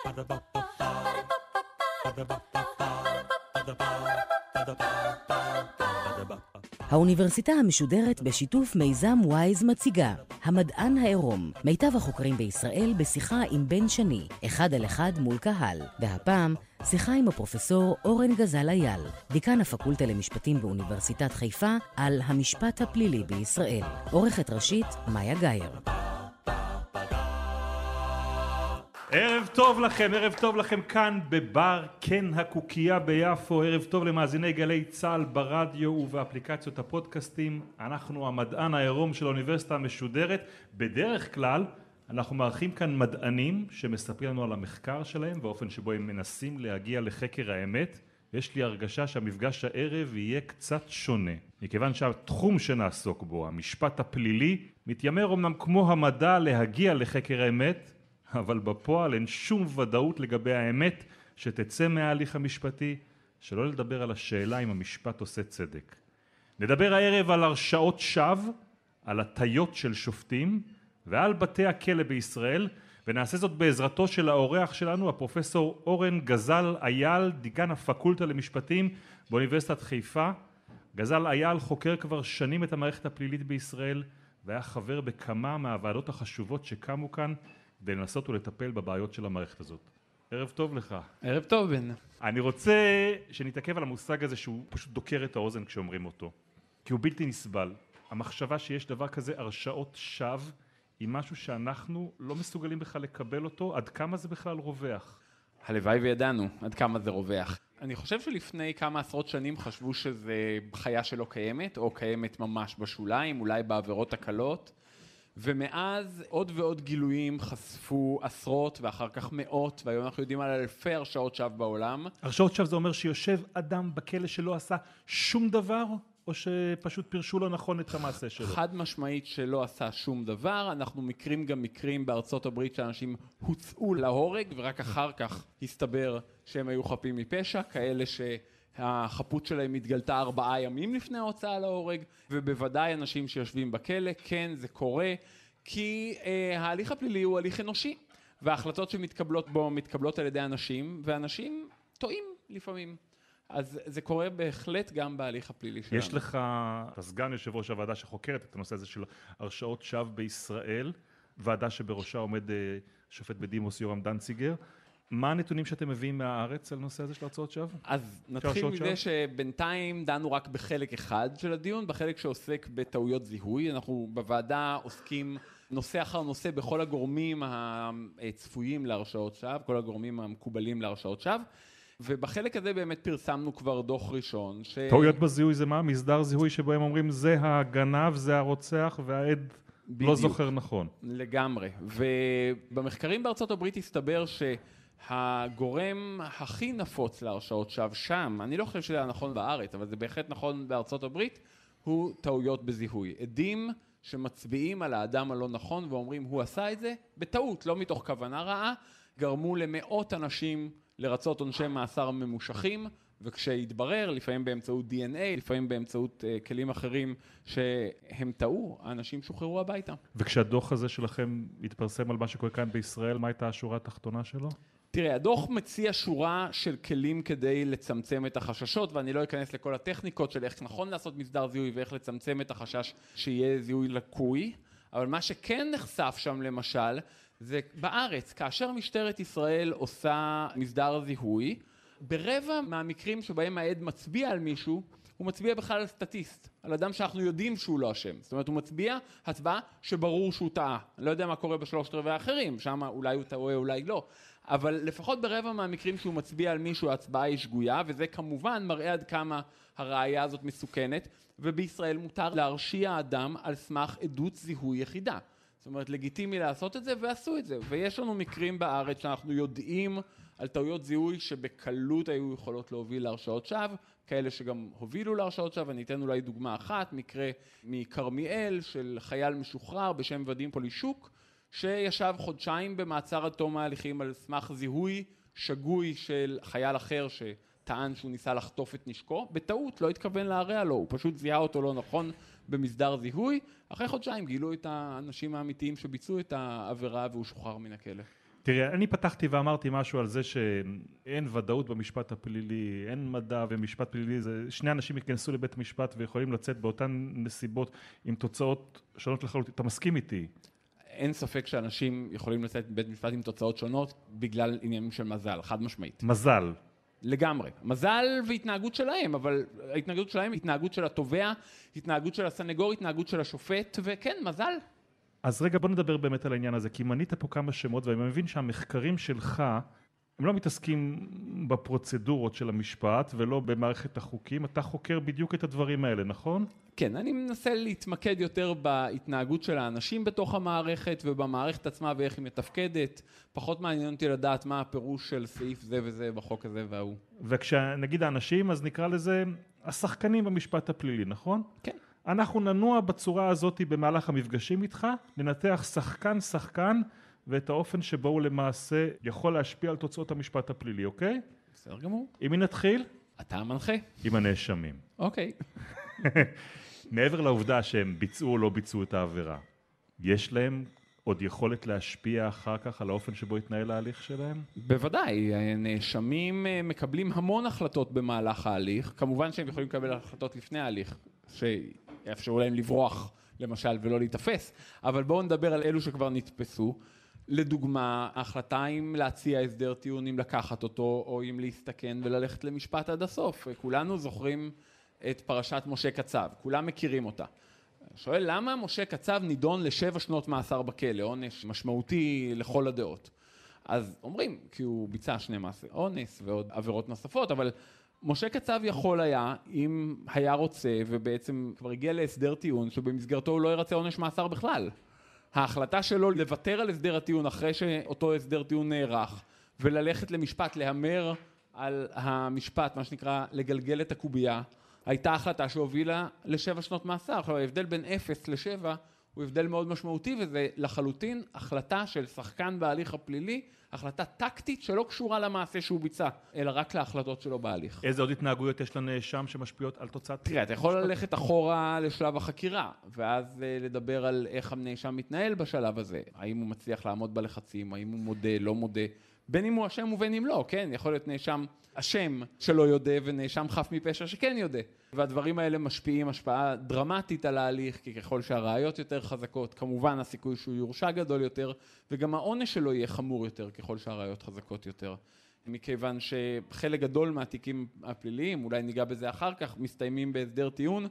האוניברסיטה המשודרת בשיתוף מיזם וויז מציגה המדען העירום, מיטב החוקרים בישראל בשיחה עם בן שני, אחד על אחד מול קהל. והפעם שיחה עם הפרופסור אורן גזל אייל, דיקן הפקולטה למשפטים באוניברסיטת חיפה, על המשפט הפלילי בישראל. עורכת ראשית מאיה גייר. ערב טוב לכם כאן בבר כן הקוקייה ביפו. ערב טוב למאזיני גלי צהל ברדיו ובאפליקציות הפודקאסטים. אנחנו המדען העירום של האוניברסיטה המשודרת. בדרך כלל אנחנו מארחים כאן מדענים שמספרים לנו על המחקר שלהם באופן שבו הם מנסים להגיע לחקר האמת. יש לי הרגשה שהמפגש הערב יהיה קצת שונה, מכיוון שהתחום שנעסוק בו, המשפט הפלילי, מתיימר אמנם כמו המדע להגיע לחקר האמת, אבל בפועל אין שום ודאות לגבי האמת שתצא מההליך המשפטי, שלא לדבר על השאלה אם המשפט עושה צדק. נדבר הערב על הרשעות שווא, על הטיות של שופטים ועל בתי הכלא בישראל, ונעשה זאת בעזרתו של האורח שלנו, הפרופסור אורן גזל אייל, דיקן הפקולטה למשפטים באוניברסיטת חיפה. גזל אייל חוקר כבר שנים את המערכת הפלילית בישראל, והיה חבר בכמה מהוועדות החשובות שקמו כאן, כדי לנסות ולטפל בבעיות של המערכת הזאת. ערב טוב לך. ערב טוב, בן. אני רוצה שנתעכב על המושג הזה שהוא פשוט דוקר את האוזן כשאומרים אותו. כי הוא בלתי נסבל. המחשבה שיש דבר כזה הרשעות שווא, היא משהו שאנחנו לא מסוגלים בכלל לקבל אותו. עד כמה זה בכלל רווח? הלוואי וידענו עד כמה זה רווח. אני חושב שלפני כמה עשרות שנים חשבו שזה חיה שלא קיימת, או קיימת ממש בשוליים, אולי בעבירות הקלות. ומאז עוד ועוד גילויים חשפו עשרות ואחר כך מאות, והיום אנחנו יודעים על אלפי הרשעות שווא בעולם. הרשעות שווא זה אומר שיושב אדם בכלא שלא עשה שום דבר, או שפשוט פירשו לו נכון את המעשה שלו? חד משמעית שלא עשה שום דבר. אנחנו מכירים גם מקרים בארצות הברית שאנשים הוצאו להורג, ורק אחר כך הסתבר שהם היו חפים מפשע, כאלה שהחפות שלהם התגלתה 4 ימים לפני ההוצאה להורג, ובוודאי אנשים שיושבים בכלא. כן, זה קורה, כי ההליך הפלילי הוא הליך אנושי, וההחלטות שמתקבלות בו מתקבלות על ידי אנשים, ואנשים טועים לפעמים. אז זה קורה בהחלט גם בהליך הפלילי שלנו. יש לך סגן יושב ראש הוועדה שחוקרת את הנושא הזה של הרשעות שווא בישראל, ועדה שבראשה עומד שופט בדימוס יורם דנציגר. מה הנתונים שאתם מביאים מהארץ על נושא הזה של הרשעות שווא? אז נתחיל מזה שבינתיים דנו רק בחלק אחד של הדיון, בחלק שעוסק בטעויות זיהוי. אנחנו בוועדה עוסקים נושא אחר נושא בכל הגורמים הצפויים להרשעות שווא, כל הגורמים המקובלים להרשעות שווא. ובחלק הזה באמת פרסמנו כבר דוח ראשון. טעויות בזיהוי זה מה? מסדר זיהוי שבו הם אומרים זה הגנב, זה הרוצח, והעד לא זוכר נכון. לגמרי. ובמחקרים בארצות הברית הסתבר שהגורם הכי נפוץ להרשעות שווא שם, אני לא חושב שזה נכון בארץ, אבל זה בהחלט נכון בארצות הברית, הוא טעויות בזיהוי. עדים שמצביעים על האדם הלא נכון ואומרים הוא עשה את זה בטעות, לא מתוך כוונה רעה, גרמו למאות אנשים לרצות עונשי מאסר ממושכים, וכשהתברר, לפעמים באמצעות DNA, לפעמים באמצעות כלים אחרים שהם טעו, האנשים שוחררו הביתה. וכשהדוח הזה שלכם התפרסם על מה שקורה כאן בישראל, מה הייתה השורה התחתונה שלו? תראה, הדוח מציע שורה של כלים כדי לצמצם את החששות, ואני לא אכנס לכל הטכניקות של איך נכון לעשות מסדר זיהוי ואיך לצמצם את החשש שיהיה זיהוי לקוי, אבל מה שכן נחשף שם למשל, זה בארץ, כאשר משטרת ישראל עושה מסדר זיהוי, ברבע מהמקרים שבהם העד מצביע על מישהו, הוא מצביע בכלל על סטטיסט, על אדם שאנחנו יודעים שהוא לא אשם. זאת אומרת, הוא מצביע הצבעה שברור שהוא טעה. אני לא יודע מה קורה בשלושת רבעי האחרים, שם אולי הוא טועה, אולי לא. אבל לפחות ברבע מהמקרים שהוא מצביע על מישהו, ההצבעה היא שגויה, וזה כמובן מראה עד כמה הראייה הזאת מסוכנת, ובישראל מותר להרשיע אדם על סמך עדות זיהוי יחידה. זאת אומרת, לגיטימי לעשות את זה, ועשו את זה. ויש לנו מקרים בארץ שאנחנו יודעים על טעויות זיהוי שבקלות היו יכולות להוביל להרשעות שווא, כאלה שגם הובילו להרשעות שווא. אני אתן אולי דוגמה אחת, מקרה מקרמיאל של חייל משוחרר בשם ודים פולישוק, שישב חודשיים במעצר עד תום ההליכים על סמך זיהוי שגוי של חייל אחר שטען שהוא ניסה לחטוף את נשקו, בטעות לא התכוון להרע לו, הוא פשוט זיהה אותו לא נכון במסדר זיהוי. אחרי חודשיים גילו את האנשים האמיתיים שביצעו את העבירה והוא שוחרר מן הכלא. תראה, אני פתחתי ואמרתי משהו על זה שאין ודאות במשפט הפלילי, אין מדע ומשפט פלילי, שני אנשים ייכנסו לבית משפט ויכולים לצאת באותן נסיבות עם תוצאות שונות לחלוטין. אתה מסכים איתי? אין ספק שאנשים יכולים לצאת מבית משפט עם תוצאות שונות בגלל עניינים של מזל, חד משמעית. מזל. לגמרי. מזל והתנהגות שלהם, אבל ההתנהגות שלהם, התנהגות של התובע, התנהגות של הסנגור, התנהגות של השופט, וכן, מזל. אז רגע, בוא נדבר באמת על העניין הזה, כי מנית פה כמה שמות, ואני מבין שהמחקרים שלך, הם לא מתעסקים בפרוצדורות של המשפט, ולא במערכת החוקים, אתה חוקר בדיוק את הדברים האלה, נכון? כן, אני מנסה להתמקד יותר בהתנהגות של האנשים בתוך המערכת, ובמערכת עצמה ואיך היא מתפקדת. פחות מעניין אותי לדעת מה הפירוש של סעיף זה וזה בחוק הזה וההוא. וכשנגיד האנשים, אז נקרא לזה השחקנים במשפט הפלילי, נכון? כן. אנחנו ננוע בצורה הזאת במהלך המפגשים איתך, ננתח שחקן ואת האופן שבו הוא למעשה יכול להשפיע על תוצאות המשפט הפלילי, אוקיי? בסדר גמור. עם מי נתחיל? אתה המנחה. עם הנאשמים. אוקיי. מעבר לעובדה שהם ביצעו או לא ביצעו את העבירה, יש להם עוד יכולת להשפיע אחר כך על האופן שבו יתנהל ההליך שלהם? בוודאי, נאשמים מקבלים המון החלטות במהלך ההליך, כמובן שהם יכולים לקבל החלטות לפני ההליך, שיאפשרו להם לברוח למשל ולא להתאפס, אבל בואו נדבר על אלו שכבר נתפסו. לדוגמה, ההחלטה אם להציע הסדר טיעון, אם לקחת אותו או אם להסתכן וללכת למשפט עד הסוף. כולנו זוכרים את פרשת משה קצב, כולם מכירים אותה. שואל למה משה קצב נידון ל7 שנות מאסר בכלא, עונש משמעותי לכל הדעות. אז אומרים, כי הוא ביצע 2 מעשי אונס ועוד עבירות נוספות, אבל משה קצב יכול היה, אם היה רוצה, ובעצם כבר הגיע להסדר טיעון, שבמסגרתו הוא לא ירצה עונש מאסר בכלל. ההחלטה שלו לוותר על הסדר הטיעון אחרי שאותו הסדר טיעון נערך, וללכת למשפט, להמר על המשפט, מה שנקרא לגלגל את הקובייה, הייתה החלטה שהובילה ל7 שנות מאסר. עכשיו, ההבדל בין 0 ל7 הוא הבדל מאוד משמעותי, וזה לחלוטין החלטה של שחקן בהליך הפלילי, החלטה טקטית שלא קשורה למעשה שהוא ביצע, אלא רק להחלטות שלו בהליך. איזה עוד התנהגויות יש לנאשם שמשפיעות על תוצאת? תראה, אתה יכול ללכת אחורה לשלב החקירה, ואז לדבר על איך הנאשם מתנהל בשלב הזה. האם הוא מצליח לעמוד בלחצים, האם הוא מודה, לא מודה. בין אם הוא אשם ובין אם לא, כן? יכול להיות נאשם אשם שלא יודע ונאשם חף מפשע שכן יודע. והדברים האלה משפיעים השפעה דרמטית על ההליך, כי ככל שהראיות יותר חזקות, כמובן הסיכוי שהוא יורשע גדול יותר, וגם העונש שלו יהיה חמור יותר ככל שהראיות חזקות יותר. מכיוון שחלק גדול מהתיקים הפליליים, אולי ניגע בזה אחר כך, מסתיימים בהסדר טיעון,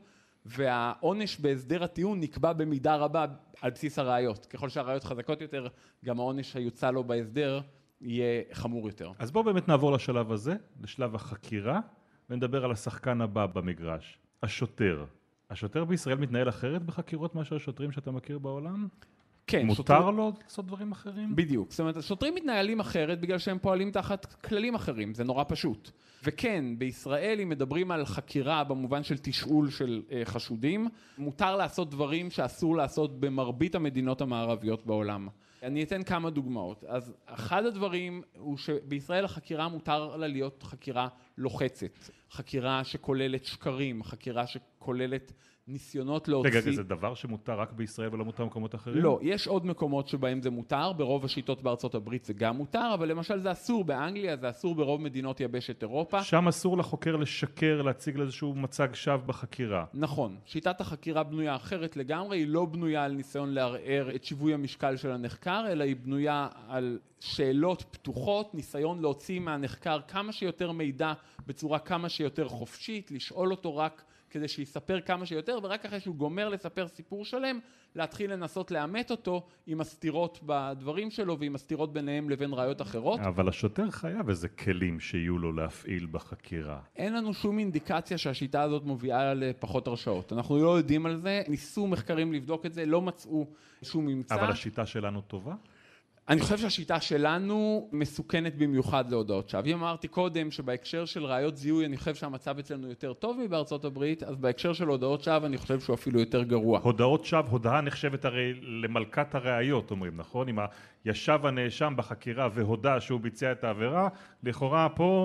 והעונש בהסדר הטיעון נקבע במידה רבה על בסיס הראיות. ככל שהראיות חזקות יותר, גם העונש היוצא לו בהסדר יהיה חמור יותר. אז בואו באמת נעבור לשלב הזה, לשלב החקירה, ונדבר על השחקן הבא במגרש, השוטר. השוטר בישראל מתנהל אחרת בחקירות מאשר השוטרים שאתה מכיר בעולם? כן. מותר לו לעשות דברים אחרים? בדיוק. זאת אומרת, השוטרים מתנהלים אחרת בגלל שהם פועלים תחת כללים אחרים. זה נורא פשוט. וכן, בישראל, אם מדברים על חקירה במובן של תשאול של חשודים, מותר לעשות דברים שאסור לעשות במרבית המדינות המערביות בעולם. אני אתן כמה דוגמאות. אז אחד הדברים הוא שבישראל החקירה מותר לה להיות חקירה לוחצת. חקירה שכוללת שקרים, חקירה שכוללת ניסיונות להוציא... רגע, זה דבר שמותר רק בישראל ולא מותר במקומות אחרים? לא, יש עוד מקומות שבהם זה מותר, ברוב השיטות בארצות הברית זה גם מותר, אבל למשל זה אסור באנגליה, זה אסור ברוב מדינות יבשת אירופה. שם אסור לחוקר לשקר, להציג לאיזשהו מצג שווא בחקירה. נכון, שיטת החקירה בנויה אחרת לגמרי, היא לא בנויה על ניסיון לערער את שיווי המשקל של הנחקר, אלא היא בנויה על שאלות פתוחות, ניסיון להוציא מהנחקר כמה שיותר מידע בצורה כמה שיותר חופשית, לשאול אותו רק כדי שיספר כמה שיותר, ורק אחרי שהוא גומר לספר סיפור שלם, להתחיל לנסות לאמת אותו עם הסתירות בדברים שלו, ועם הסתירות ביניהם לבין ראיות אחרות. אבל השוטר חייב איזה כלים שיהיו לו להפעיל בחקירה. אין לנו שום אינדיקציה שהשיטה הזאת מובילה לפחות הרשעות. אנחנו לא יודעים על זה, ניסו מחקרים לבדוק את זה, לא מצאו שום ממצא. אבל השיטה שלנו טובה? אני חושב שהשיטה שלנו מסוכנת במיוחד להודעות שווא. אם אמרתי קודם שבהקשר של ראיות זיהוי אני חושב שהמצב אצלנו יותר טוב מבארצות הברית, אז בהקשר של הודעות שווא אני חושב שהוא אפילו יותר גרוע. הודעות שווא, הודעה נחשבת הרי למלכת הראיות, אומרים, נכון? אם ישב הנאשם בחקירה והודע שהוא ביצע את העבירה, לכאורה פה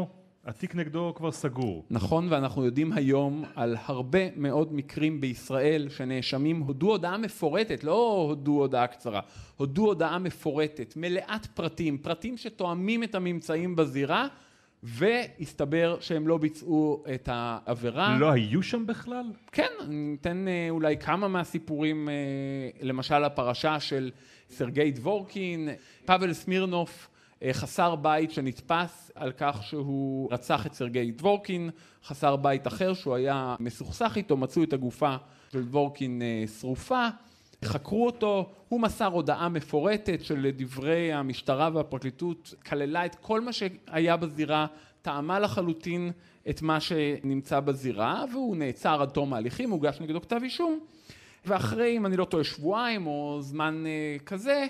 התיק נגדו כבר סגור. נכון, ואנחנו יודעים היום על הרבה מאוד מקרים בישראל שנאשמים הודו הודעה מפורטת, לא הודו הודעה קצרה, הודו הודעה מפורטת, מלאת פרטים, פרטים שתואמים את הממצאים בזירה, והסתבר שהם לא ביצעו את העבירה. לא היו שם בכלל? כן, אני אתן אולי כמה מהסיפורים, למשל הפרשה של סרגי דבורקין, פאבל סמירנוף, חסר בית שנתפס על כך שהוא רצח את סרגי דבורקין, חסר בית אחר שהוא היה מסוכסך איתו, מצאו את הגופה של דבורקין שרופה, חקרו אותו, הוא מסר הודעה מפורטת של דברי המשטרה והפרקליטות, כללה את כל מה שהיה בזירה, טעמה לחלוטין את מה שנמצא בזירה, והוא נעצר עד תום ההליכים, הוגש נגדו כתב אישום, ואחרי, אם אני לא טועה, שבועיים או זמן כזה,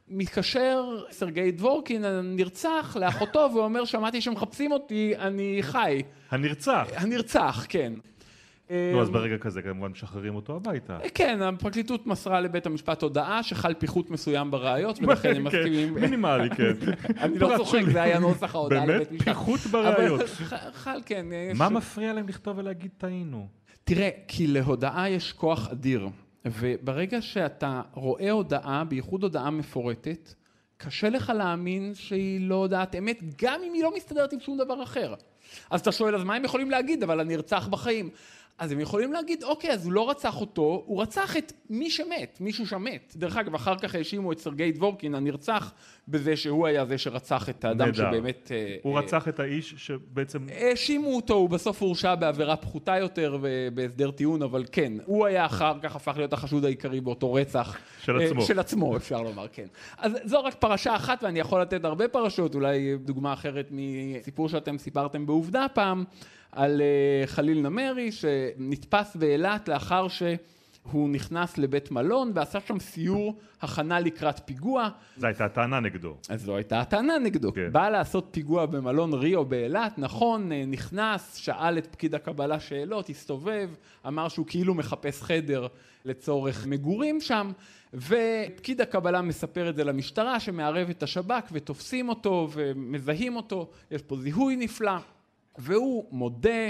מתקשר סרגי דבורקין הנרצח לאחותו ואומר, שמעתי שמחפשים אותי, אני חי. הנרצח? הנרצח, כן. נו, אז ברגע כזה כמובן משחררים אותו הביתה. כן, הפרקליטות מסרה לבית המשפט הודעה שחל פיחות מסוים בראיות, ולכן הם מסכימים. מינימלי, כן. אני לא צוחק, זה היה נוסח ההודעה לבית משפט. באמת פיחות בראיות. חל, כן. מה מפריע להם לכתוב ולהגיד טעינו? תראה, כי להודעה יש כוח אדיר. וברגע שאתה רואה הודעה, בייחוד הודעה מפורטת, קשה לך להאמין שהיא לא הודעת אמת, גם אם היא לא מסתדרת עם שום דבר אחר. אז אתה שואל, אז מה הם יכולים להגיד? אבל הנרצח בחיים. אז הם יכולים להגיד, אוקיי, אז הוא לא רצח אותו, הוא רצח את מי שמת, מישהו שמת. דרך אגב, אחר כך האשימו את סרגי דבורקין, הנרצח, בזה שהוא היה זה שרצח את האדם שבאמת... הוא רצח את האיש שבעצם... האשימו אותו, הוא בסוף הורשע בעבירה פחותה יותר ובהסדר טיעון, אבל כן, הוא היה אחר כך הפך להיות החשוד העיקרי באותו רצח. של עצמו. של עצמו, אפשר לומר, כן. אז זו רק פרשה אחת, ואני יכול לתת הרבה פרשות, אולי דוגמה אחרת מסיפור שאתם סיפרתם בעובדה פעם, על חליל נמרי שנתפס באילת לאחר שהוא נכנס לבית מלון ועשה שם סיור הכנה לקראת פיגוע. זו הייתה הטענה נגדו. אז זו הייתה הטענה נגדו. כן. בא לעשות פיגוע במלון ריו באילת, נכון, נכנס, שאל את פקיד הקבלה שאלות, הסתובב, אמר שהוא כאילו מחפש חדר לצורך מגורים שם, ופקיד הקבלה מספר את זה למשטרה שמערב את השב"כ ותופסים אותו ומזהים אותו, יש פה זיהוי נפלא. והוא מודה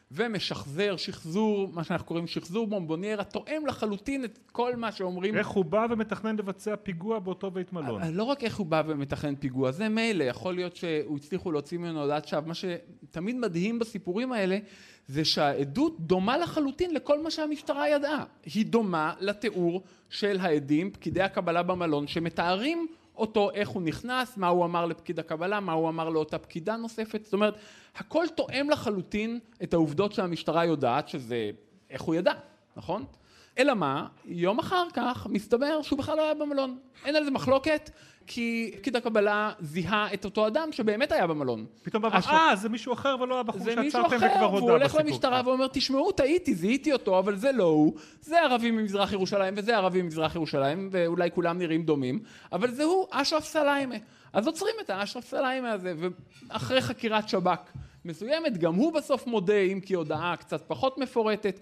ומשחזר, שחזור, מה שאנחנו קוראים שחזור בומבוניירה, תואם לחלוטין את כל מה שאומרים. איך הוא בא ומתכנן לבצע פיגוע באותו בית מלון? לא רק איך הוא בא ומתכנן פיגוע, זה מילא, יכול להיות שהוא הצליחו להוציא ממנו הודעת שווא. מה שתמיד מדהים בסיפורים האלה, זה שהעדות דומה לחלוטין לכל מה שהמשטרה ידעה. היא דומה לתיאור של העדים, פקידי הקבלה במלון, שמתארים אותו, איך הוא נכנס, מה הוא אמר לפקיד הקבלה, מה הוא אמר לאותה פקידה נוספת. זאת אומרת, הכל תואם לחלוטין את העובדות שהמשטרה יודעת, שזה איך הוא ידע, נכון? אלא מה, יום אחר כך מסתבר שהוא בכלל לא היה במלון. אין על זה מחלוקת, כי פקיד הקבלה זיהה את אותו אדם שבאמת היה במלון. פתאום בא, זה מישהו אחר ולא הבחור שעצרתם וכבר הודה בסיפור. והוא הולך למשטרה ואומר, תשמעו, זיהיתי אותו, אבל זה לא הוא, זה ערבי ממזרח ירושלים וזה ערבי ממזרח ירושלים, ואולי כולם נראים דומים, אבל זה הוא, אשרף סליימה. אז עוצרים את האשרף סליימה הזה, ואחרי חקירת שב"כ מסוימת, גם הוא בסוף מודה, אם כי הודעה קצת פחות מפורטת,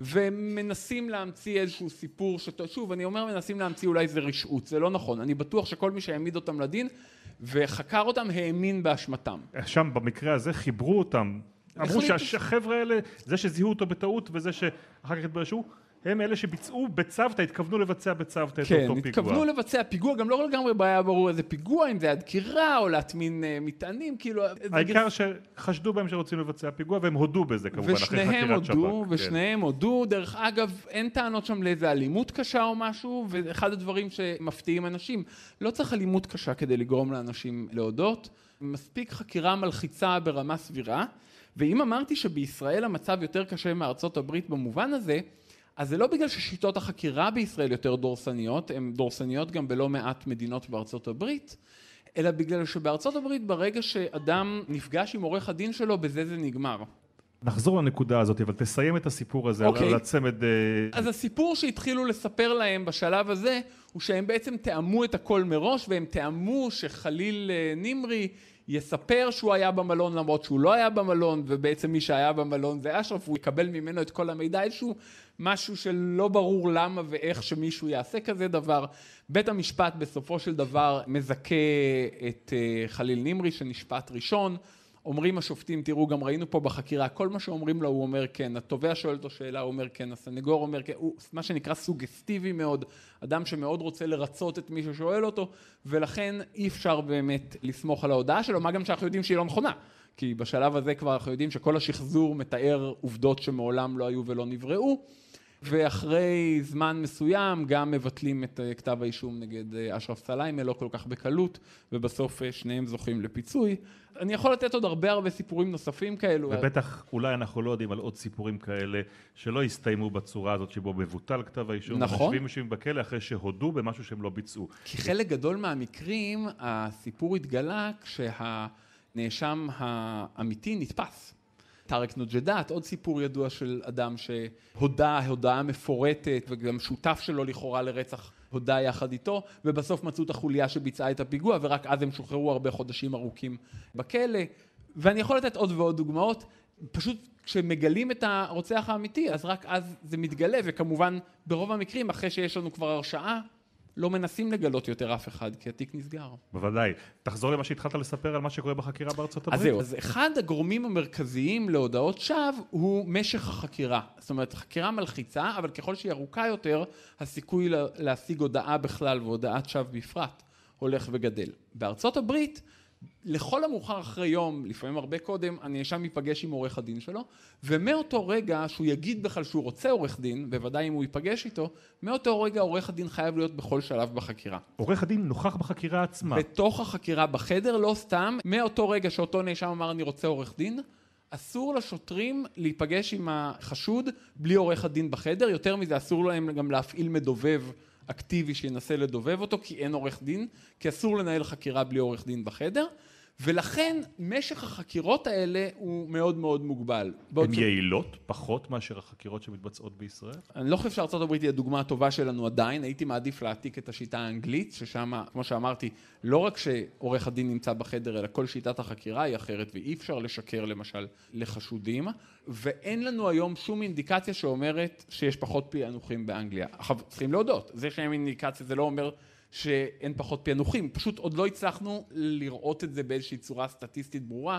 ומנסים להמציא איזשהו סיפור, שוב, אני אומר מנסים להמציא אולי זה רשעות, זה לא נכון, אני בטוח שכל מי שהעמיד אותם לדין וחקר אותם האמין באשמתם. שם במקרה הזה חיברו אותם, אמרו שהחבר'ה האלה, זה שזיהו אותו בטעות וזה שאחר כך התברשו, הם אלה שביצעו בצוותא, התכוונו לבצע בצוותא את אותו פיגוע. כן, התכוונו לבצע פיגוע, גם לא לגמרי בעיה ברור איזה פיגוע, אם זה הדקירה או להטמין מטענים, כאילו... העיקר שחשדו בהם שרוצים לבצע פיגוע, והם הודו בזה כמובן, אחרי חקירת שב"כ. ושניהם הודו, דרך אגב, אין טענות שם לאיזה אלימות קשה או משהו, ואחד הדברים שמפתיעים אנשים, לא צריך אלימות קשה כדי לגרום לאנשים להודות, מספיק חקירה מלחיצה ברמה סבירה, ואם אמרתי שבישראל המצב יותר קשה מארצות הברית במובן הזה, אז זה לא בגלל ששיטות החקירה בישראל יותר דורסניות, הן דורסניות גם בלא מעט מדינות בארצות הברית, אלא בגלל שבארצות הברית ברגע שאדם נפגש עם עורך הדין שלו, בזה זה נגמר. נחזור לנקודה הזאת, אבל תסיים את הסיפור הזה על הצמד... אז הסיפור שהתחילו לספר להם בשלב הזה, הוא שהם בעצם תאמו את הכל מראש, והם תאמו שחליל נמרי יספר שהוא היה במלון למרות שהוא לא היה במלון, ובעצם מי שהיה במלון זה אשרף, הוא יקבל ממנו את כל המידע, איזשהו משהו שלא ברור למה ואיך שמישהו יעשה כזה דבר. בית המשפט בסופו של דבר מזכה את חליל נמרי שנשפט ראשון, אומרים השופטים, תראו, גם ראינו פה בחקירה, כל מה שאומרים לו הוא אומר כן, התובע שואל אותו שאלה, הוא אומר כן, הסנגור אומר כן, הוא מה שנקרא סוגסטיבי מאוד, אדם שמאוד רוצה לרצות את מי ששואל אותו, ולכן אי אפשר באמת לסמוך על ההודעה שלו, מה גם שאנחנו יודעים שהיא לא נכונה, כי בשלב הזה כבר אנחנו יודעים שכל השחזור מתאר עובדות שמעולם לא היו ולא נבראו, ואחרי זמן מסוים גם מבטלים את כתב האישום נגד אשרף סליימה, לא כל כך בקלות, ובסוף שניהם זוכים לפיצוי. אני יכול לתת עוד הרבה סיפורים נוספים כאלו. ובטח אולי אנחנו לא יודעים על עוד סיפורים כאלה שלא הסתיימו בצורה הזאת שבו מבוטל כתב האישום. נכון. יושבים בכלא אחרי שהודו במשהו שהם לא ביצעו. כי חלק גדול מהמקרים הסיפור התגלה כשהנאשם האמיתי נתפס. טארק נוג'דאת, עוד סיפור ידוע של אדם הודעה מפורטת וגם שותף שלו לכאורה לרצח הודעה יחד איתו, ובסוף מצאו את החוליה שביצעה את הפיגוע, ורק אז הם שוחררו הרבה חודשים ארוכים בכלא. ואני יכול לתת עוד ועוד דוגמאות, פשוט כשמגלים את הרוצח האמיתי, אז רק אז זה מתגלה, וכמובן ברוב המקרים, אחרי שיש לנו כבר הרשעה, לא מנסים לגלות יותר אף אחד, כי התיק נסגר. בוודאי. תחזור למה שהתחלת לספר על מה שקורה בחקירה בארצות הברית. אז זהו, אז אחד הגורמים המרכזיים להודעות שווא הוא משך החקירה. זאת אומרת, חקירה מלחיצה, אבל ככל שהיא ארוכה יותר, הסיכוי להשיג הודעה בכלל והודעת שווא בפרט הולך וגדל. בארצות הברית, לכל המאוחר אחרי יום, לפעמים הרבה קודם, הנאשם ייפגש עם עורך הדין שלו, ומאותו רגע שהוא יגיד בכלל שהוא רוצה עורך דין, בוודאי אם הוא ייפגש איתו, מאותו רגע עורך הדין חייב להיות בכל שלב בחקירה. עורך הדין נוכח בחקירה עצמה. בתוך החקירה בחדר, לא סתם, מאותו רגע שאותו נאשם אמר אני רוצה עורך דין, אסור לשוטרים להיפגש עם החשוד בלי עורך הדין בחדר, יותר מזה אסור להם גם להפעיל מדובב אקטיבי שינסה לדובב אותו, כי אין עורך דין, כי אסור לנהל חקירה בלי עורך דין בחדר, ולכן משך החקירות האלה הוא מאוד מאוד מוגבל. הן יעילות פחות מאשר החקירות שמתבצעות בישראל? אני לא חושב שארצות הברית היא הדוגמה הטובה שלנו עדיין, הייתי מעדיף להעתיק את השיטה האנגלית, ששם, כמו שאמרתי, לא רק שעורך הדין נמצא בחדר, אלא כל שיטת החקירה היא אחרת, ואי אפשר לשקר למשל לחשודים, ואין לנו היום שום אינדיקציה שאומרת שיש פחות פענוחים באנגליה. צריכים להודות, זה שאין אינדיקציה זה לא אומר שאין פחות פענוחים, פשוט עוד לא הצלחנו לראות את זה באיזושהי צורה סטטיסטית ברורה,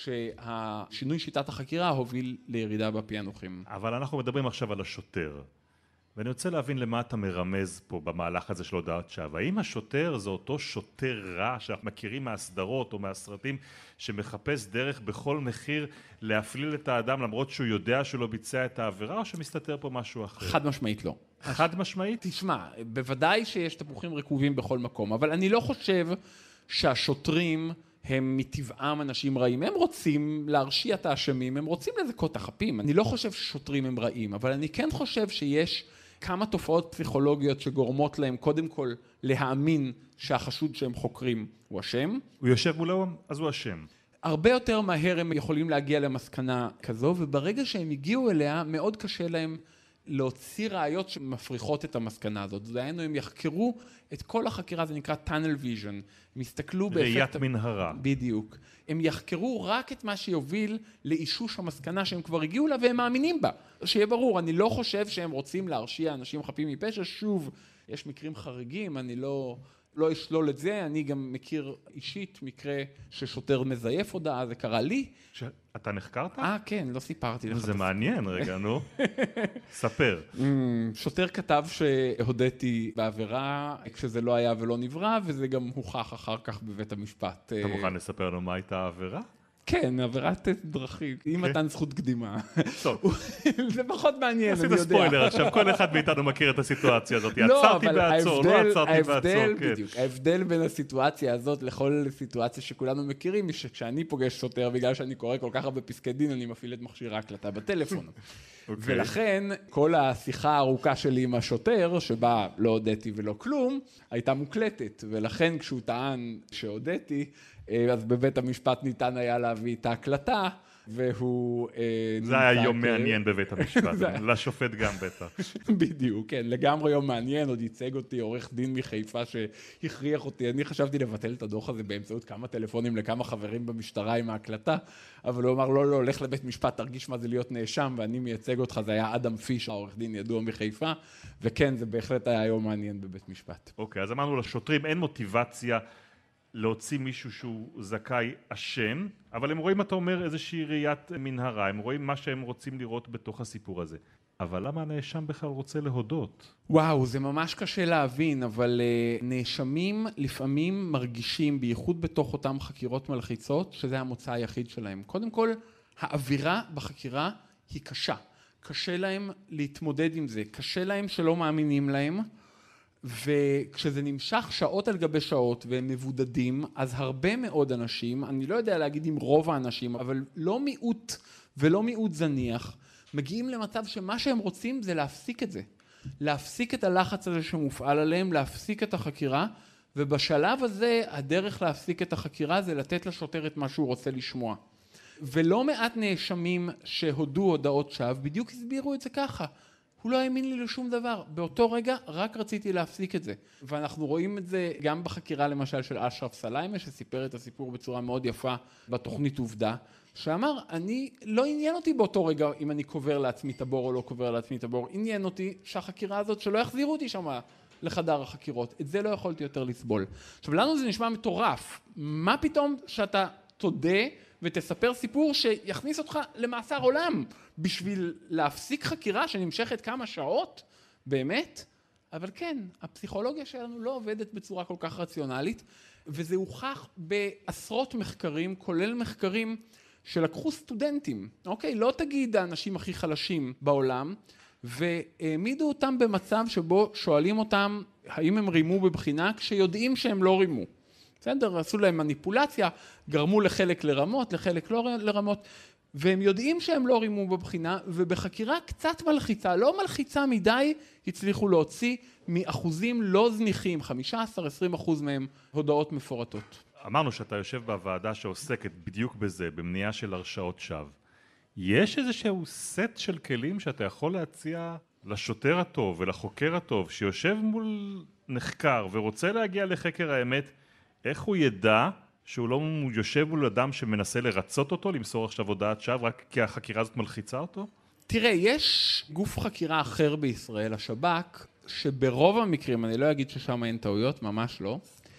שהשינוי שיטת החקירה הוביל לירידה בפענוחים. אבל אנחנו מדברים עכשיו על השוטר, ואני רוצה להבין למה אתה מרמז פה במהלך הזה של הודעת שווא. האם השוטר זה אותו שוטר רע שאנחנו מכירים מהסדרות או מהסרטים שמחפש דרך בכל מחיר להפליל את האדם למרות שהוא יודע שהוא לא ביצע את העבירה, או שמסתתר פה משהו אחר? חד משמעית לא. חד משמעית? תשמע, בוודאי שיש תפוחים רקובים בכל מקום, אבל אני לא חושב שהשוטרים הם מטבעם אנשים רעים. הם רוצים להרשיע את האשמים, הם רוצים לזכות את החפים. אני לא חושב ששוטרים הם רעים, אבל אני כן חושב שיש כמה תופעות פסיכולוגיות שגורמות להם קודם כל להאמין שהחשוד שהם חוקרים הוא אשם. הוא יושב מולו, אז הוא אשם. הרבה יותר מהר הם יכולים להגיע למסקנה כזו, וברגע שהם הגיעו אליה, מאוד קשה להם להוציא ראיות שמפריחות את המסקנה הזאת. דהיינו, הם יחקרו את כל החקירה, זה נקרא tunnel vision. הם יסתכלו ראיית מנהרה. בדיוק. הם יחקרו רק את מה שיוביל לאישוש המסקנה שהם כבר הגיעו לה, והם מאמינים בה. שיהיה ברור, אני לא חושב שהם רוצים להרשיע אנשים חפים מפשע. שוב, יש מקרים חריגים, אני לא אשלול את זה, אני גם מכיר אישית מקרה ששוטר מזייף הודעה, זה קרה לי. אתה נחקרת? כן, לא סיפרתי לך. זה מעניין רגע, נו. ספר. שוטר כתב שהודיתי בעבירה כשזה לא היה ולא נברא, וזה גם הוכח אחר כך בבית המשפט. אתה מוכן לספר לנו מה הייתה העבירה? כן, עבירת דרכים, עם מתן זכות קדימה. טוב. זה פחות מעניין, אני יודע. עשית ספוילר עכשיו, כל אחד מאיתנו מכיר את הסיטואציה הזאת. עצרתי בעצור, לא עצרתי בעצור. בדיוק, ההבדל בין הסיטואציה הזאת לכל סיטואציה שכולנו מכירים, היא שכשאני פוגש שוטר, בגלל שאני קורא כל כך הרבה פסקי דין, אני מפעיל את מכשיר ההקלטה בטלפון. ולכן, כל השיחה הארוכה שלי עם השוטר, שבה לא הודיתי ולא כלום, הייתה מוקלטת. ולכן, כשהוא טען שהודיתי, אז בבית המשפט ניתן היה להביא את ההקלטה, והוא... זה היה יום מעניין בבית המשפט, לשופט גם בטח. בדיוק, כן, לגמרי יום מעניין, עוד ייצג אותי עורך דין מחיפה שהכריח אותי, אני חשבתי לבטל את הדוח הזה באמצעות כמה טלפונים לכמה חברים במשטרה עם ההקלטה, אבל הוא אמר, לא, הולך לבית משפט, תרגיש מה זה להיות נאשם, ואני מייצג אותך, זה היה אדם פיש, העורך דין ידוע מחיפה, וכן, זה בהחלט היה יום מעניין בבית משפט. אוקיי, אז אמרנו לשוטרים, אין מוטיבציה להוציא מישהו שהוא זכאי אשם, אבל הם רואים, אתה אומר, איזושהי ראיית מנהרה, הם רואים מה שהם רוצים לראות בתוך הסיפור הזה. אבל למה הנאשם בכלל רוצה להודות? וואו, זה ממש קשה להבין, אבל נאשמים לפעמים מרגישים, בייחוד בתוך אותם חקירות מלחיצות, שזה המוצא היחיד שלהם. קודם כל, האווירה בחקירה היא קשה. קשה להם להתמודד עם זה, קשה להם שלא מאמינים להם, וכשזה נמשך שעות על גבי שעות והם מבודדים, אז הרבה מאוד אנשים, אני לא יודע להגיד אם רוב האנשים, אבל לא מיעוט ולא מיעוט זניח, מגיעים למצב שמה שהם רוצים זה להפסיק את זה. להפסיק את הלחץ הזה שמופעל עליהם, להפסיק את החקירה, ובשלב הזה הדרך להפסיק את החקירה זה לתת לשוטר את מה שהוא רוצה לשמוע. ולא מעט נאשמים שהודו הודעות שווא, בדיוק הסבירו את זה ככה. הוא לא האמין לי לשום דבר. באותו רגע רק רציתי להפסיק את זה. ואנחנו רואים את זה גם בחקירה למשל של אשרף סליימה, שסיפר את הסיפור בצורה מאוד יפה בתוכנית עובדה, שאמר, אני לא עניין אותי באותו רגע אם אני קובר לעצמי את הבור או לא קובר לעצמי את הבור. עניין אותי שהחקירה הזאת שלא יחזירו אותי שם לחדר החקירות. את זה לא יכולתי יותר לסבול. עכשיו, לנו זה נשמע מטורף. מה פתאום שאתה תודה ותספר סיפור שיכניס אותך למאסר עולם בשביל להפסיק חקירה שנמשכת כמה שעות? באמת? אבל כן, הפסיכולוגיה שלנו לא עובדת בצורה כל כך רציונלית, וזה הוכח בעשרות מחקרים, כולל מחקרים שלקחו סטודנטים, אוקיי? לא תגיד האנשים הכי חלשים בעולם, והעמידו אותם במצב שבו שואלים אותם האם הם רימו בבחינה כשיודעים שהם לא רימו. בסדר? עשו להם מניפולציה, גרמו לחלק לרמות, לחלק לא לרמות, והם יודעים שהם לא רימו בבחינה, ובחקירה קצת מלחיצה, לא מלחיצה מדי, הצליחו להוציא מאחוזים לא זניחים, 15-20% מהם הודעות מפורטות. אמרנו שאתה יושב בוועדה שעוסקת בדיוק בזה, במניעה של הרשעות שווא. יש איזשהו סט של כלים שאתה יכול להציע לשוטר הטוב ולחוקר הטוב, שיושב מול נחקר ורוצה להגיע לחקר האמת, איך הוא ידע שהוא לא יושב מול אדם שמנסה לרצות אותו, למסור עכשיו הודעת שווא, רק כי החקירה הזאת מלחיצה אותו? תראה, יש גוף חקירה אחר בישראל, השב"כ, שברוב המקרים, אני לא אגיד ששם אין טעויות, ממש לא,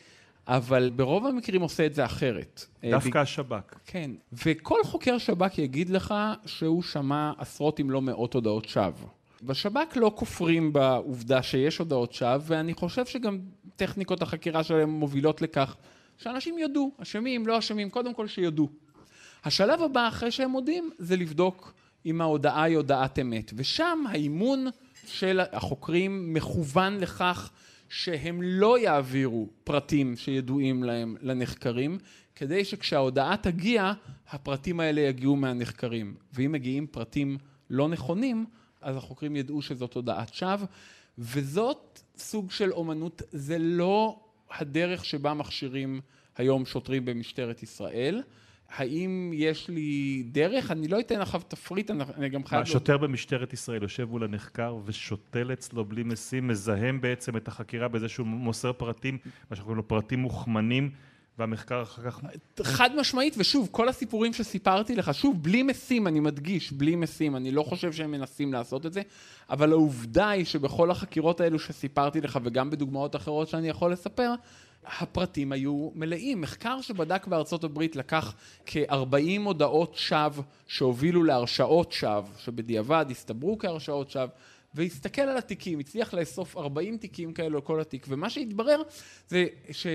אבל ברוב המקרים עושה את זה אחרת. דווקא השב"כ. כן, וכל חוקר שב"כ יגיד לך שהוא שמע עשרות אם לא מאות הודעות שווא. בשב"כ לא כופרים בעובדה שיש הודעות שווא, ואני חושב שגם טכניקות החקירה שלהם מובילות לכך שאנשים יודו, אשמים, לא אשמים, קודם כל שיודו. השלב הבא אחרי שהם מודים זה לבדוק אם ההודעה היא הודעת אמת, ושם האימון של החוקרים מכוון לכך שהם לא יעבירו פרטים שידועים להם לנחקרים, כדי שכשההודעה תגיע, הפרטים האלה יגיעו מהנחקרים. ואם מגיעים פרטים לא נכונים, אז החוקרים ידעו שזאת הודעת שווא, וזאת סוג של אומנות, זה לא הדרך שבה מכשירים היום שוטרים במשטרת ישראל. האם יש לי דרך? אני לא אתן אחר תפריט, אני גם חייב... השוטר במשטרת ישראל יושב מול הנחקר ושותל אצלו בלי משים, מזהם בעצם את החקירה באיזה שהוא מוסר פרטים, מה שאנחנו קוראים לו פרטים מוכמנים, והמחקר אחר כך... חד משמעית, ושוב, כל הסיפורים שסיפרתי לך, שוב, בלי משים, אני מדגיש, בלי משים, אני לא חושב שהם מנסים לעשות את זה, אבל העובדה היא שבכל החקירות האלו שסיפרתי לך, וגם בדוגמאות אחרות שאני יכול לספר, הפרטים היו מלאים. מחקר שבדק בארצות הברית לקח כ-40 הודעות שווא שהובילו להרשעות שווא, שבדיעבד הסתברו כהרשעות שווא, והסתכל על התיקים, הצליח לאסוף 40 תיקים כאלו על כל התיק, ומה שהתברר זה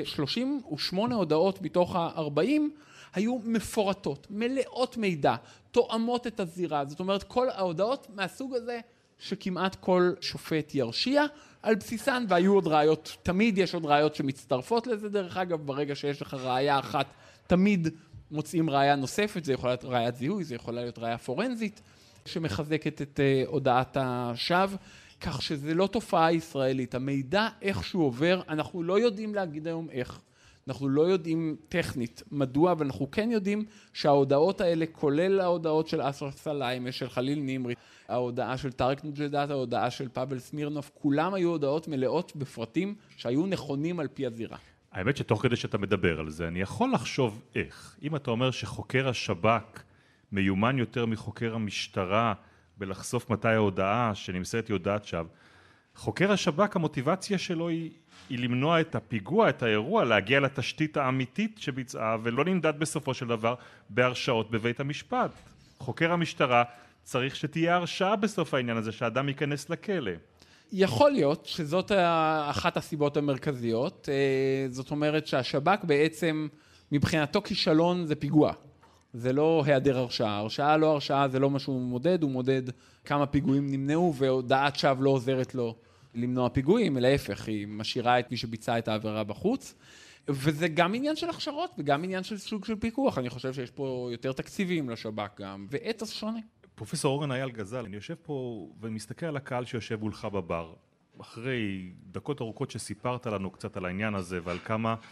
ש38 הודעות מתוך ה-40 היו מפורטות, מלאות מידע, תואמות את הזירה, זאת אומרת כל ההודעות מהסוג הזה שכמעט כל שופט ירשיע על בסיסן, והיו עוד ראיות, תמיד יש עוד ראיות שמצטרפות לזה, דרך אגב, ברגע שיש לך ראיה אחת, תמיד מוצאים ראיה נוספת, זה יכול להיות ראיית זיהוי, זה יכול להיות ראיה פורנזית, שמחזקת את הודעת השווא, כך שזה לא תופעה ישראלית. המידע איכשהו עובר, אנחנו לא יודעים להגיד היום איך. אנחנו לא יודעים טכנית מדוע, אבל אנחנו כן יודעים שההודעות האלה, כולל ההודעות של אשרף סליימה, של חליל נימרי, ההודעה של טארק נוג'דאת, ההודעה של פאבל סמירנוב, כולם היו הודעות מלאות בפרטים שהיו נכונים על פי הזירה. האמת שתוך כדי שאתה מדבר על זה, אני יכול לחשוב איך. אם אתה אומר שחוקר השב"כ מיומן יותר מחוקר המשטרה בלחשוף מתי ההודעה שנמסרת היא הודעת שווא, חוקר השב"כ, המוטיבציה שלו היא למנוע את הפיגוע, את האירוע, להגיע לתשתית האמיתית שביצעה, ולא נמדד בסופו של דבר בהרשאות בבית המשפט. חוקר המשטרה צריך שתהיה הרשאה בסוף העניין הזה, שהאדם ייכנס לכלא. יכול להיות שזאת אחת הסיבות המרכזיות, זאת אומרת שהשב"כ בעצם מבחינתו כישלון זה פיגוע, זה לא היעדר הרשאה, הרשאה לא הרשאה זה לא מה שהוא מודד, הוא מודד כמה פיגועים נמנעו והודעת שווא לא עוזרת לו למנוע פיגועים, להפך היא משאירה את מי שביצע את העבירה בחוץ, וזה גם עניין של הכשרות וגם עניין של סוג של פיקוח, אני חושב שיש פה יותר תקציבים לשב"כ גם, ואתוס שונה. פרופסור אורן אייל גזל, אני יושב פה ומסתכל על הקהל שיושב מולך בבר, אחרי דקות ארוכות שסיפרת לנו קצת על העניין הזה ועל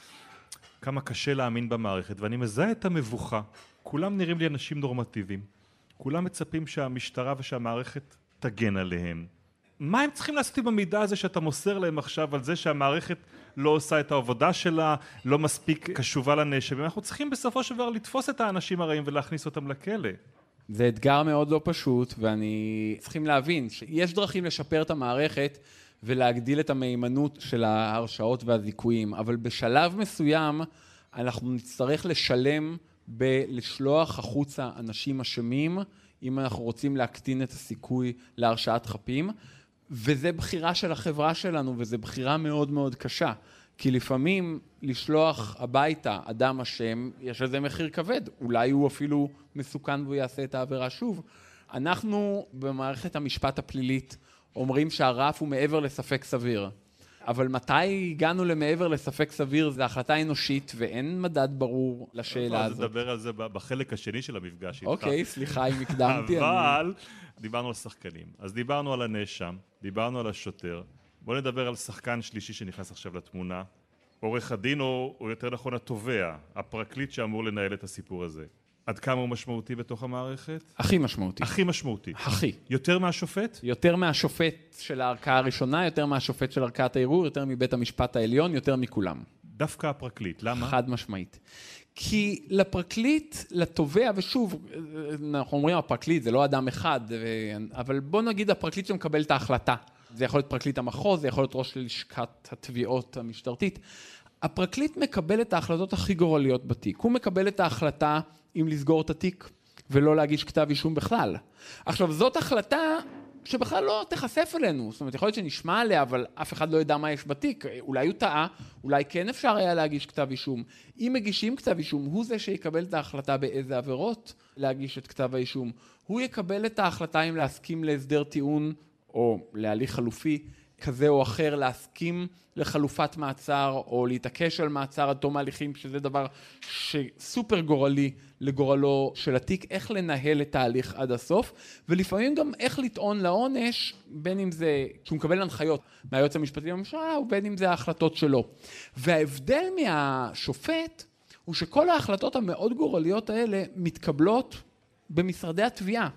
כמה קשה להאמין במערכת, ואני מזהה את המבוכה. כולם נראים לי אנשים נורמטיביים, כולם מצפים שהמשטרה ושהמערכת תגן עליהם. מה הם צריכים לעשות עם המידע הזה שאתה מוסר להם עכשיו על זה שהמערכת לא עושה את העבודה שלה, לא מספיק קשובה לנאשמים? אנחנו צריכים בסופו של דבר לתפוס את האנשים הרעים ולהכניס אותם לכלא. זה אתגר מאוד לא פשוט, ואני צריכים להבין שיש דרכים לשפר את המערכת ולהגדיל את המהימנות של ההרשאות והזיכויים, אבל בשלב מסוים אנחנו נצטרך לשלם בלשלוח החוצה אנשים אשמים, אם אנחנו רוצים להקטין את הסיכוי להרשעת חפים, וזה בחירה של החברה שלנו, וזה בחירה מאוד מאוד קשה, כי לפעמים לשלוח הביתה אדם אשם, יש לזה מחיר כבד, אולי הוא אפילו מסוכן והוא יעשה את העבירה שוב. אנחנו במערכת המשפט הפלילית אומרים שהרף הוא מעבר לספק סביר, אבל מתי הגענו למעבר לספק סביר? זה החלטה אנושית ואין מדד ברור לשאלה הזאת. נדבר על זה בחלק השני של המפגש איתך. אוקיי, סליחה אם הקדמתי. אבל דיברנו על שחקנים, אז דיברנו על הנאשם, דיברנו על השוטר, בואו נדבר על שחקן שלישי שנכנס עכשיו לתמונה, עורך הדין או יותר נכון התובע, הפרקליט שאמור לנהל את הסיפור הזה. עד כמה הוא משמעותי בתוך המערכת? הכי משמעותי. הכי משמעותי. הכי. יותר מהשופט? יותר מהשופט של הערכאה הראשונה, יותר מהשופט של ערכאת הערעור, יותר מבית המשפט העליון, יותר מכולם. דווקא הפרקליט, למה? חד משמעית. כי לפרקליט, לתובע, ושוב, אנחנו אומרים הפרקליט, זה לא אדם אחד, אבל בוא נגיד הפרקליט שמקבל את ההחלטה. זה יכול להיות פרקליט המחוז, זה יכול להיות ראש לשכת התביעות המשטרתית. הפרקליט מקבל את ההחלטות הכי גורליות בתיק. הוא מקבל את ההחלטה אם לסגור את התיק ולא להגיש כתב אישום בכלל. עכשיו, זאת החלטה שבכלל לא תחשף אלינו. זאת אומרת, יכול להיות שנשמע עליה, אבל אף אחד לא ידע מה יש בתיק. אולי הוא טעה, אולי כן אפשר היה להגיש כתב אישום. אם מגישים כתב אישום, הוא זה שיקבל את ההחלטה באיזה עבירות להגיש את כתב האישום. הוא יקבל את ההחלטה אם להסכים להסדר טיעון או להליך חלופי כזה או אחר, להסכים לחלופת מעצר או להתעקש על מעצר עד תום ההליכים, שזה דבר שסופר גורלי לגורלו של התיק, איך לנהל את ההליך עד הסוף, ולפעמים גם איך לטעון לעונש, בין אם זה שהוא מקבל הנחיות מהיועץ המשפטי לממשלה, ובין אם זה ההחלטות שלו. וההבדל מהשופט הוא שכל ההחלטות המאוד גורליות האלה מתקבלות במשרדי התביעה.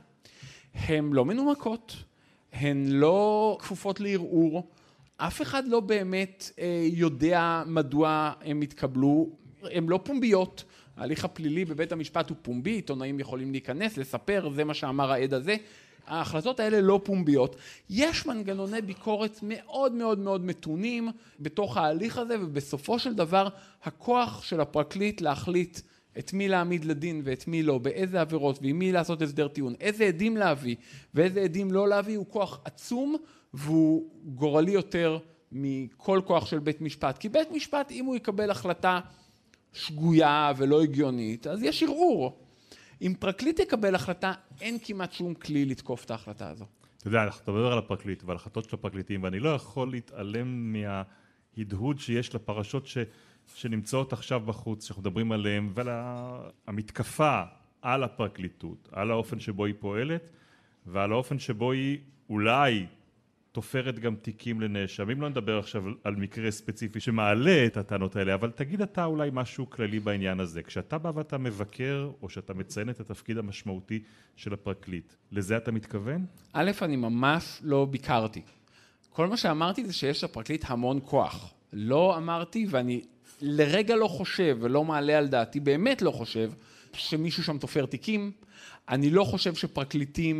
הן לא מנומקות, הן לא כפופות לערעור, אף אחד לא באמת יודע מדוע הם התקבלו, הן לא פומביות, ההליך הפלילי בבית המשפט הוא פומבי, עיתונאים יכולים להיכנס, לספר, זה מה שאמר העד הזה, ההחלטות האלה לא פומביות, יש מנגנוני ביקורת מאוד מאוד מאוד מתונים בתוך ההליך הזה, ובסופו של דבר הכוח של הפרקליט להחליט את מי להעמיד לדין ואת מי לא, באיזה עבירות ועם מי לעשות הסדר טיעון, איזה עדים להביא ואיזה עדים לא להביא, הוא כוח עצום והוא גורלי יותר מכל כוח של בית משפט. כי בית משפט, אם הוא יקבל החלטה שגויה ולא הגיונית, אז יש ערעור. אם פרקליט יקבל החלטה, אין כמעט שום כלי לתקוף את ההחלטה הזו. אתה יודע, אנחנו מדבר על הפרקליט ועל החלטות של הפרקליטים, ואני לא יכול להתעלם מההדהוד שיש לפרשות שנמצאות עכשיו בחוץ, שאנחנו מדברים עליהם, ועל המתקפה על הפרקליטות, על האופן שבו היא פועלת, ועל האופן שבו היא אולי תופרת גם תיקים לנאשמים. לא נדבר עכשיו על מקרה ספציפי שמעלה את הטענות האלה, אבל תגיד אתה אולי משהו כללי בעניין הזה. כשאתה בא ואתה מבקר, או שאתה מציין את התפקיד המשמעותי של הפרקליט, לזה אתה מתכוון? א', אני ממש לא ביקרתי. כל מה שאמרתי זה שיש לפרקליט המון כוח. לא אמרתי, ואני לרגע לא חושב ולא מעלה על דעתי, באמת לא חושב שמישהו שם תופר תיקים. אני לא חושב שפרקליטים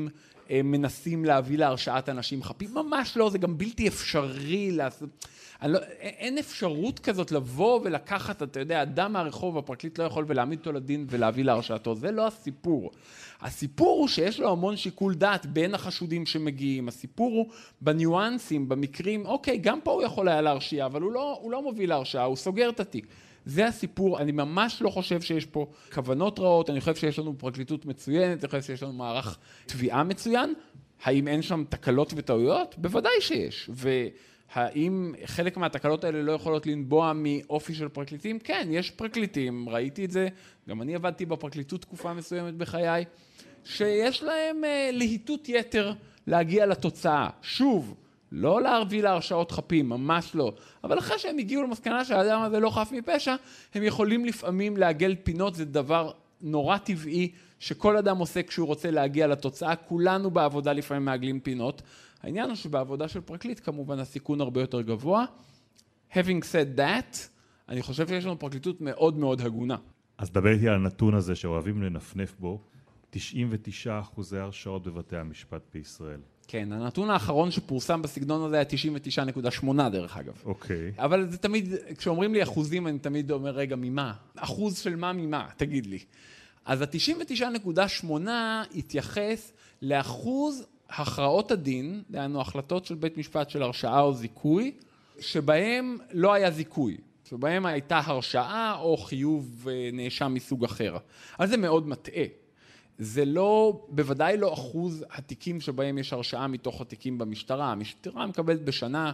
מנסים להביא להרשעת אנשים חפים, ממש לא, זה גם בלתי אפשרי לעשות, אין אפשרות כזאת לבוא ולקחת, אתה יודע, אדם מהרחוב, הפרקליט לא יכול ולהעמיד אותו לדין ולהביא להרשעתו, זה לא הסיפור. הסיפור הוא שיש לו המון שיקול דעת בין החשודים שמגיעים, הסיפור הוא בניואנסים, במקרים, אוקיי, גם פה הוא יכול היה להרשיע, אבל הוא לא מוביל להרשעה, הוא סוגר את התיק. זה הסיפור, אני ממש לא חושב שיש פה כוונות רעות, אני חושב שיש לנו פרקליטות מצוינת, אני חושב שיש לנו מערך תביעה מצוין, האם אין שם תקלות וטעויות? בוודאי שיש, האם חלק מהתקלות האלה לא יכולות לנבוע מאופי של פרקליטים? כן, יש פרקליטים, ראיתי את זה, גם אני עבדתי בפרקליטות תקופה מסוימת בחיי, שיש להם להיטות יתר להגיע לתוצאה. שוב, לא להביא להרשעות חפים, ממש לא. אבל אחרי שהם הגיעו למסקנה שהאדם הזה לא חף מפשע, הם יכולים לפעמים לעגל פינות, זה דבר נורא טבעי שכל אדם עושה כשהוא רוצה להגיע לתוצאה, כולנו בעבודה לפעמים מעגלים פינות. העניין הוא שבעבודה של פרקליט כמובן הסיכון הרבה יותר גבוה. Having said that, אני חושב שיש לנו פרקליטות מאוד מאוד הגונה. אז דבר איתי על הנתון הזה שאוהבים לנפנף בו, 99% הרשעות בבתי המשפט בישראל. כן, הנתון האחרון שפורסם בסגנון הזה היה 99.8 דרך אגב. אוקיי. אבל זה תמיד, כשאומרים לי אחוזים, אני תמיד אומר, רגע, ממה? אחוז של מה ממה? תגיד לי. אז ה-99.8 התייחס לאחוז הכרעות הדין, דהיינו החלטות של בית משפט של הרשעה או זיכוי, שבהם לא היה זיכוי, שבהם הייתה הרשעה או חיוב נאשם מסוג אחר. אז זה מאוד מטעה. זה לא, בוודאי לא אחוז התיקים שבהם יש הרשעה מתוך התיקים במשטרה. המשטרה מקבלת בשנה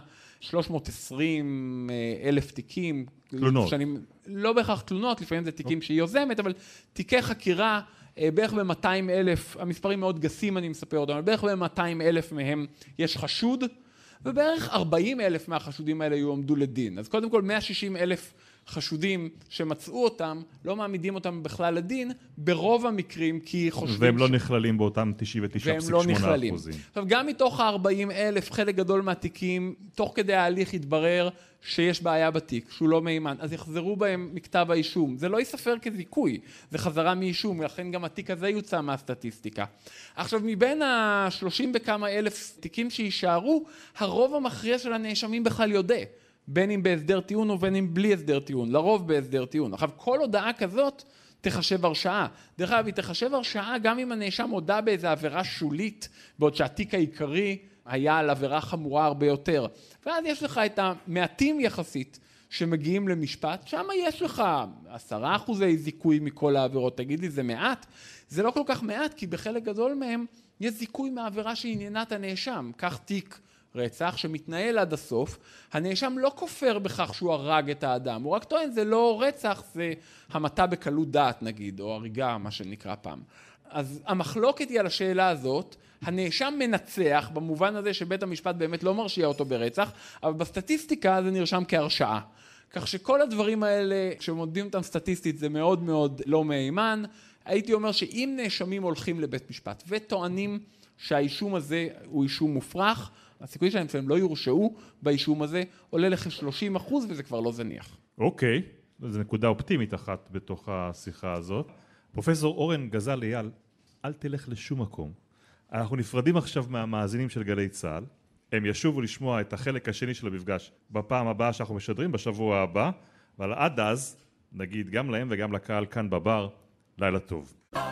320,000 תיקים. תלונות. לא בהכרח תלונות, לפעמים זה תיקים שהיא יוזמת, אבל תיקי חקירה, בערך ב-200,000, המספרים מאוד גסים אני מספר אותם, אבל בערך ב-200,000 מהם יש חשוד, ובערך 40,000 מהחשודים האלה יועמדו לדין. אז קודם כל 160,000 חשודים שמצאו אותם, לא מעמידים אותם בכלל לדין, ברוב המקרים כי חושבים... והם לא נכללים באותם 99.8%. והם לא נכללים. עכשיו, גם מתוך ה-40,000, חלק גדול מהתיקים, תוך כדי ההליך התברר שיש בעיה בתיק, שהוא לא מהימן, אז יחזרו בהם מכתב האישום. זה לא יספר כזיכוי, זה חזרה מאישום, לכן גם התיק הזה יוצא מהסטטיסטיקה. עכשיו, מבין ה-30 וכמה אלף תיקים שישארו, הרוב המכריע של הנאשמים בכלל יודע. בין אם בהסדר טיעון ובין אם בלי הסדר טיעון, לרוב בהסדר טיעון. עכשיו, כל הודעה כזאת תחשב הרשעה. דרך אגב, היא תחשב הרשעה גם אם הנאשם הודע באיזו עבירה שולית, בעוד שהתיק העיקרי היה על עבירה חמורה הרבה יותר. ואז יש לך את המעטים יחסית שמגיעים למשפט, שם יש לך 10% זיכוי מכל העבירות. תגיד לי, זה מעט? זה לא כל כך מעט, כי בחלק גדול מהם יש זיכוי מהעבירה שעניינת הנאשם. כך תיק רצח שמתנהל עד הסוף, הנאשם לא כופר בכך שהוא הרג את האדם, הוא רק טוען זה לא רצח, זה המתה בקלות דעת נגיד, או הריגה, מה שנקרא פעם. אז המחלוקת היא על השאלה הזאת, הנאשם מנצח במובן הזה שבית המשפט באמת לא מרשיע אותו ברצח, אבל בסטטיסטיקה זה נרשם כהרשעה. כך שכל הדברים האלה, כשמודדים אותם סטטיסטית, זה מאוד מאוד לא מהימן. הייתי אומר שאם נאשמים הולכים לבית משפט וטוענים שהאישום הזה הוא אישום מופרך, הסיכוי שלהם שהם לא יורשעו באישום הזה עולה לכ-30% וזה כבר לא זניח. אוקיי, זו נקודה אופטימית אחת בתוך השיחה הזאת. פרופסור אורן גזל אייל, אל תלך לשום מקום. אנחנו נפרדים עכשיו מהמאזינים של גלי צה"ל. הם ישובו לשמוע את החלק השני של המפגש בפעם הבאה שאנחנו משדרים, בשבוע הבא. אבל עד אז, נגיד גם להם וגם לקהל כאן בבר, לילה טוב.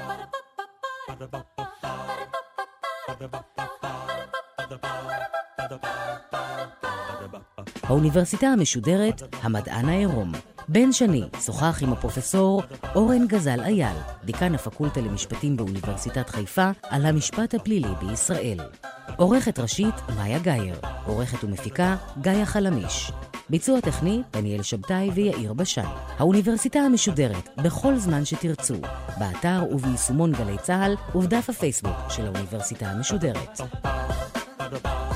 האוניברסיטה המשודרת, המדען העירום. בן שני שוחח עם הפרופסור אורן גזל אייל, דיקן הפקולטה למשפטים באוניברסיטת חיפה, על המשפט הפלילי בישראל. עורכת ראשית מאיה גייר, עורכת ומפיקה גאיה חלמיש. ביצוע טכני דניאל שבתאי ויאיר בשן. האוניברסיטה המשודרת בכל זמן שתרצו, באתר וביישומון גלי צה"ל ובדף הפייסבוק של האוניברסיטה המשודרת.